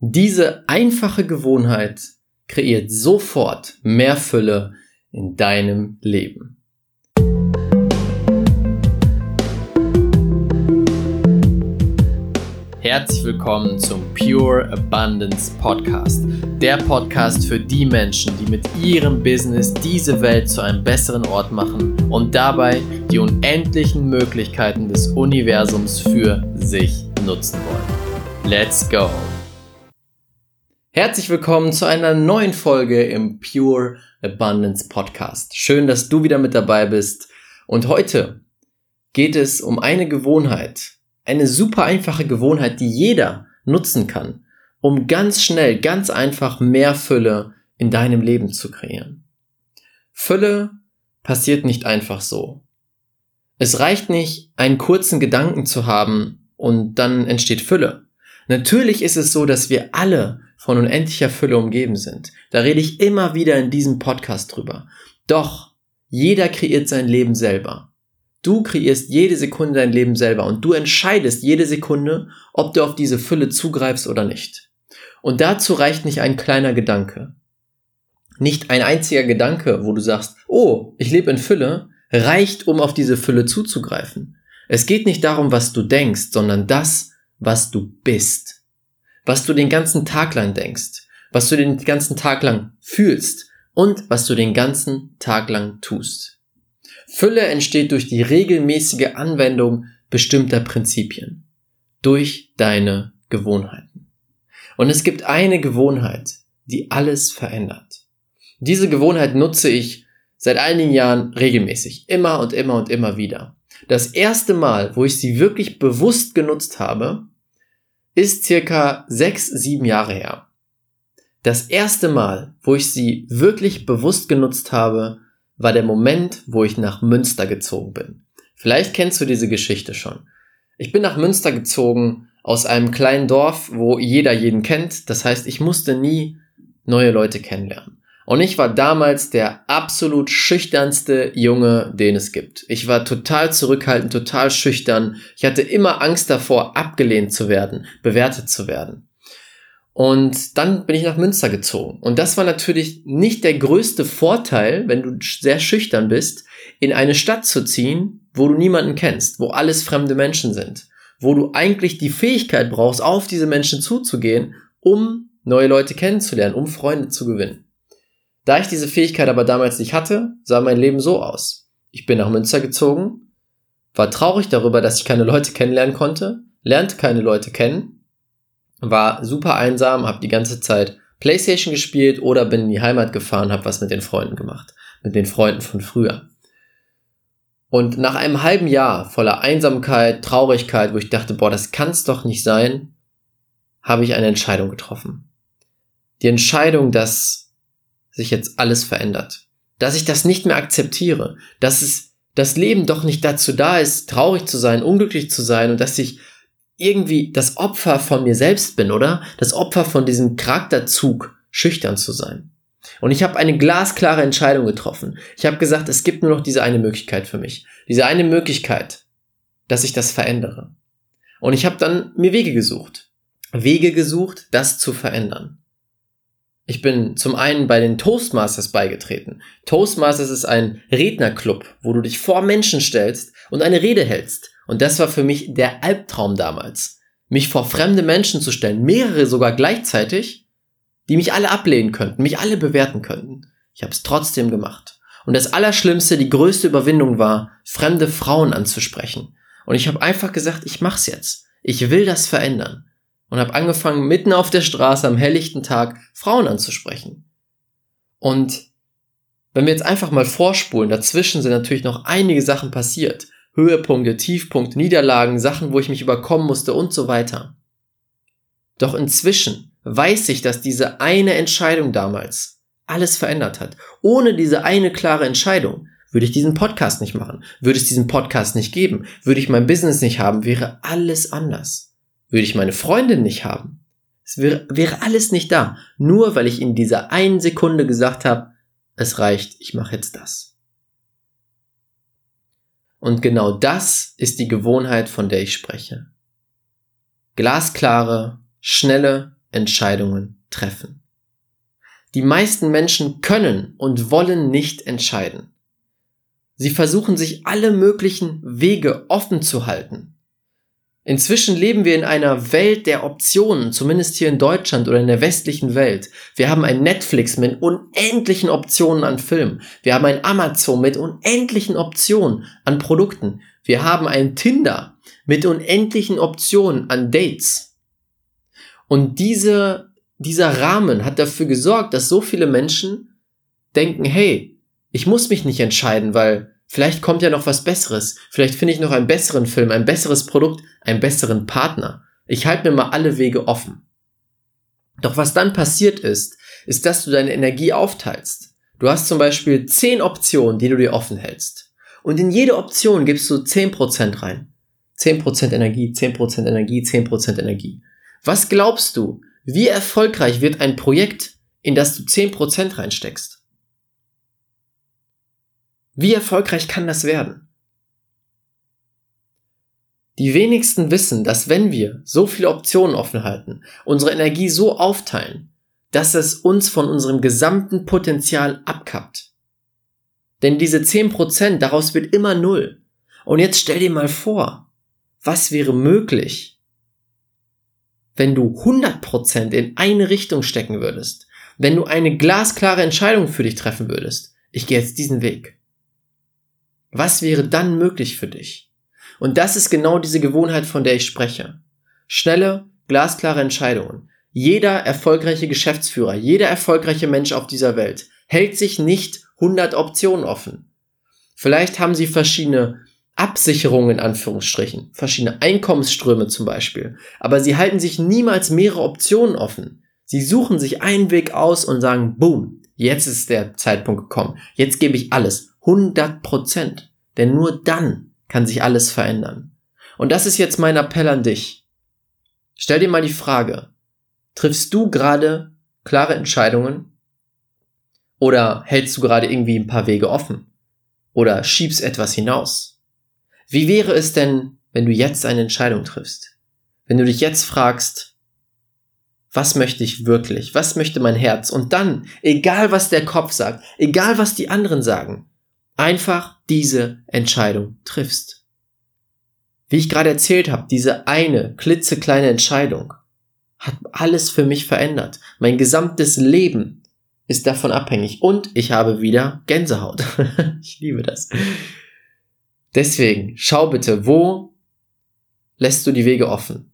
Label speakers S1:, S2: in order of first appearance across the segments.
S1: Diese einfache Gewohnheit kreiert sofort mehr Fülle in deinem Leben. Herzlich willkommen zum Pure Abundance Podcast. Der Podcast für die Menschen, die mit ihrem Business diese Welt zu einem besseren Ort machen und dabei die unendlichen Möglichkeiten des Universums für sich nutzen wollen. Let's go! Herzlich willkommen zu einer neuen Folge im Pure Abundance Podcast. Schön, dass du wieder mit dabei bist. Und heute geht es um eine Gewohnheit, eine super einfache Gewohnheit, die jeder nutzen kann, um ganz schnell, ganz einfach mehr Fülle in deinem Leben zu kreieren. Fülle passiert nicht einfach so. Es reicht nicht, einen kurzen Gedanken zu haben und dann entsteht Fülle. Natürlich ist es so, dass wir alle von unendlicher Fülle umgeben sind. Da rede ich immer wieder in diesem Podcast drüber. Doch jeder kreiert sein Leben selber. Du kreierst jede Sekunde dein Leben selber und du entscheidest jede Sekunde, ob du auf diese Fülle zugreifst oder nicht. Und dazu reicht nicht ein kleiner Gedanke. Nicht ein einziger Gedanke, wo du sagst, oh, ich lebe in Fülle, reicht, um auf diese Fülle zuzugreifen. Es geht nicht darum, was du denkst, sondern das, was du bist. Was du den ganzen Tag lang denkst, was du den ganzen Tag lang fühlst und was du den ganzen Tag lang tust. Fülle entsteht durch die regelmäßige Anwendung bestimmter Prinzipien, durch deine Gewohnheiten. Und es gibt eine Gewohnheit, die alles verändert. Diese Gewohnheit nutze ich seit einigen Jahren regelmäßig, immer und immer und immer wieder. Das erste Mal, wo ich sie wirklich bewusst genutzt habe, ist circa 6-7 Jahre her. Das erste Mal, wo ich sie wirklich bewusst genutzt habe, war der Moment, wo ich nach Münster gezogen bin. Vielleicht kennst du diese Geschichte schon. Ich bin nach Münster gezogen aus einem kleinen Dorf, wo jeder jeden kennt. Das heißt, ich musste nie neue Leute kennenlernen. Und ich war damals der absolut schüchternste Junge, den es gibt. Ich war total zurückhaltend, total schüchtern. Ich hatte immer Angst davor, abgelehnt zu werden, bewertet zu werden. Und dann bin ich nach Münster gezogen. Und das war natürlich nicht der größte Vorteil, wenn du sehr schüchtern bist, in eine Stadt zu ziehen, wo du niemanden kennst, wo alles fremde Menschen sind, wo du eigentlich die Fähigkeit brauchst, auf diese Menschen zuzugehen, um neue Leute kennenzulernen, um Freunde zu gewinnen. Da ich diese Fähigkeit aber damals nicht hatte, sah mein Leben so aus. Ich bin nach Münster gezogen, war traurig darüber, dass ich keine Leute kennenlernen konnte, lernte keine Leute kennen, war super einsam, habe die ganze Zeit Playstation gespielt oder bin in die Heimat gefahren, habe was mit den Freunden gemacht, mit den Freunden von früher. Und nach einem halben Jahr voller Einsamkeit, Traurigkeit, wo ich dachte, boah, das kann's doch nicht sein, habe ich eine Entscheidung getroffen. Die Entscheidung, dass sich jetzt alles verändert, dass ich das nicht mehr akzeptiere, dass das Leben doch nicht dazu da ist, traurig zu sein, unglücklich zu sein und dass ich irgendwie das Opfer von mir selbst bin, oder? Das Opfer von diesem Charakterzug, schüchtern zu sein. Und ich habe eine glasklare Entscheidung getroffen. Ich habe gesagt, es gibt nur noch diese eine Möglichkeit für mich. Diese eine Möglichkeit, dass ich das verändere. Und ich habe dann mir Wege gesucht. Das zu verändern. Ich bin zum einen bei den Toastmasters beigetreten. Toastmasters ist ein Rednerclub, wo du dich vor Menschen stellst und eine Rede hältst. Und das war für mich der Albtraum damals, mich vor fremde Menschen zu stellen, mehrere sogar gleichzeitig, die mich alle ablehnen könnten, mich alle bewerten könnten. Ich habe es trotzdem gemacht. Und das Allerschlimmste, die größte Überwindung war, fremde Frauen anzusprechen. Und ich habe einfach gesagt, ich mach's jetzt. Ich will das verändern. Und habe angefangen, mitten auf der Straße am helllichten Tag Frauen anzusprechen. Und wenn wir jetzt einfach mal vorspulen, dazwischen sind natürlich noch einige Sachen passiert. Höhepunkte, Tiefpunkte, Niederlagen, Sachen, wo ich mich überkommen musste und so weiter. Doch inzwischen weiß ich, dass diese eine Entscheidung damals alles verändert hat. Ohne diese eine klare Entscheidung würde ich diesen Podcast nicht machen, würde es diesen Podcast nicht geben, würde ich mein Business nicht haben, wäre alles anders. Würde ich meine Freundin nicht haben, es wäre alles nicht da. Nur weil ich in dieser einen Sekunde gesagt habe, es reicht, ich mache jetzt das. Und genau das ist die Gewohnheit, von der ich spreche. Glasklare, schnelle, Entscheidungen treffen. Die meisten Menschen können und wollen nicht entscheiden. Sie versuchen sich alle möglichen Wege offen zu halten. Inzwischen leben wir in einer Welt der Optionen, zumindest hier in Deutschland oder in der westlichen Welt. Wir haben ein Netflix mit unendlichen Optionen an Filmen. Wir haben ein Amazon mit unendlichen Optionen an Produkten. Wir haben ein Tinder mit unendlichen Optionen an Dates. Und dieser Rahmen hat dafür gesorgt, dass so viele Menschen denken, hey, ich muss mich nicht entscheiden, weil vielleicht kommt ja noch was Besseres. Vielleicht finde ich noch einen besseren Film, ein besseres Produkt, einen besseren Partner. Ich halte mir mal alle Wege offen. Doch was dann passiert ist, dass du deine Energie aufteilst. Du hast zum Beispiel 10 Optionen, die du dir offen hältst. Und in jede Option gibst du 10% rein. 10% Energie, 10% Energie, 10% Energie. Was glaubst du, wie erfolgreich wird ein Projekt, in das du 10% reinsteckst? Wie erfolgreich kann das werden? Die wenigsten wissen, dass wenn wir so viele Optionen offen halten, unsere Energie so aufteilen, dass es uns von unserem gesamten Potenzial abkappt. Denn diese 10%, daraus wird immer 0. Und jetzt stell dir mal vor, was wäre möglich, wenn du 100% in eine Richtung stecken würdest, wenn du eine glasklare Entscheidung für dich treffen würdest. Ich gehe jetzt diesen Weg. Was wäre dann möglich für dich? Und das ist genau diese Gewohnheit, von der ich spreche. Schnelle, glasklare Entscheidungen. Jeder erfolgreiche Geschäftsführer, jeder erfolgreiche Mensch auf dieser Welt hält sich nicht 100 Optionen offen. Vielleicht haben sie verschiedene Absicherungen in Anführungsstrichen, verschiedene Einkommensströme zum Beispiel, aber sie halten sich niemals mehrere Optionen offen. Sie suchen sich einen Weg aus und sagen, boom, jetzt ist der Zeitpunkt gekommen, jetzt gebe ich alles. 100%. Denn nur dann kann sich alles verändern. Und das ist jetzt mein Appell an dich. Stell dir mal die Frage, triffst du gerade klare Entscheidungen? Oder hältst du gerade irgendwie ein paar Wege offen? Oder schiebst etwas hinaus? Wie wäre es denn, wenn du jetzt eine Entscheidung triffst? Wenn du dich jetzt fragst, was möchte ich wirklich? Was möchte mein Herz? Und dann, egal was der Kopf sagt, egal was die anderen sagen, einfach diese Entscheidung triffst. Wie ich gerade erzählt habe, diese eine klitzekleine Entscheidung hat alles für mich verändert. Mein gesamtes Leben ist davon abhängig und ich habe wieder Gänsehaut. Ich liebe das. Deswegen, schau bitte, wo lässt du die Wege offen?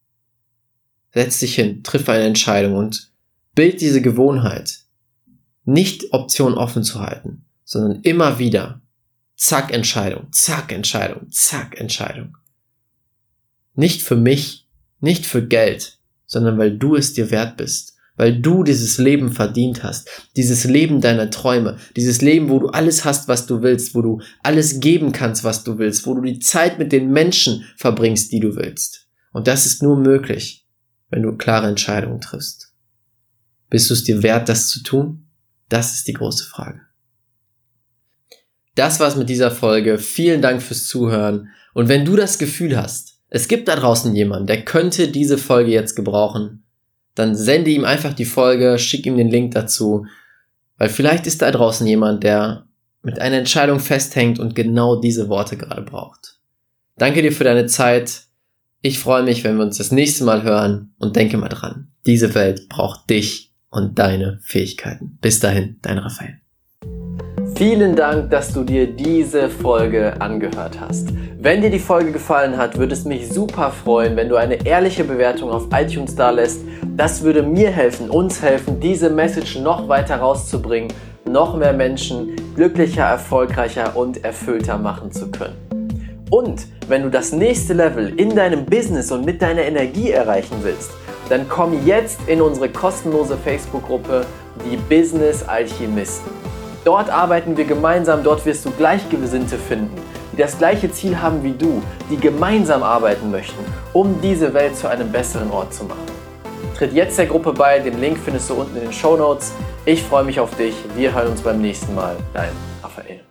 S1: Setz dich hin, triff eine Entscheidung und bild diese Gewohnheit, nicht Optionen offen zu halten, sondern immer wieder zack Entscheidung, zack Entscheidung, zack Entscheidung. Nicht für mich, nicht für Geld, sondern weil du es dir wert bist, weil du dieses Leben verdient hast, dieses Leben deiner Träume, dieses Leben, wo du alles hast, was du willst, wo du alles geben kannst, was du willst, wo du die Zeit mit den Menschen verbringst, die du willst. Und das ist nur möglich, wenn du klare Entscheidungen triffst. Bist du es dir wert, das zu tun? Das ist die große Frage. Das war's mit dieser Folge. Vielen Dank fürs Zuhören. Und wenn du das Gefühl hast, es gibt da draußen jemanden, der könnte diese Folge jetzt gebrauchen, dann sende ihm einfach die Folge, schick ihm den Link dazu, weil vielleicht ist da draußen jemand, der mit einer Entscheidung festhängt und genau diese Worte gerade braucht. Danke dir für deine Zeit. Ich freue mich, wenn wir uns das nächste Mal hören und denke mal dran, diese Welt braucht dich und deine Fähigkeiten. Bis dahin, dein Raphael. Vielen Dank, dass du dir diese Folge angehört hast. Wenn dir die Folge gefallen hat, würde es mich super freuen, wenn du eine ehrliche Bewertung auf iTunes dalässt. Das würde mir helfen, uns helfen, diese Message noch weiter rauszubringen, noch mehr Menschen glücklicher, erfolgreicher und erfüllter machen zu können. Und wenn du das nächste Level in deinem Business und mit deiner Energie erreichen willst, dann komm jetzt in unsere kostenlose Facebook-Gruppe, die Business Alchemisten. Dort arbeiten wir gemeinsam, dort wirst du Gleichgesinnte finden, die das gleiche Ziel haben wie du, die gemeinsam arbeiten möchten, um diese Welt zu einem besseren Ort zu machen. Tritt jetzt der Gruppe bei, den Link findest du unten in den Shownotes. Ich freue mich auf dich, wir hören uns beim nächsten Mal. Dein Raphael.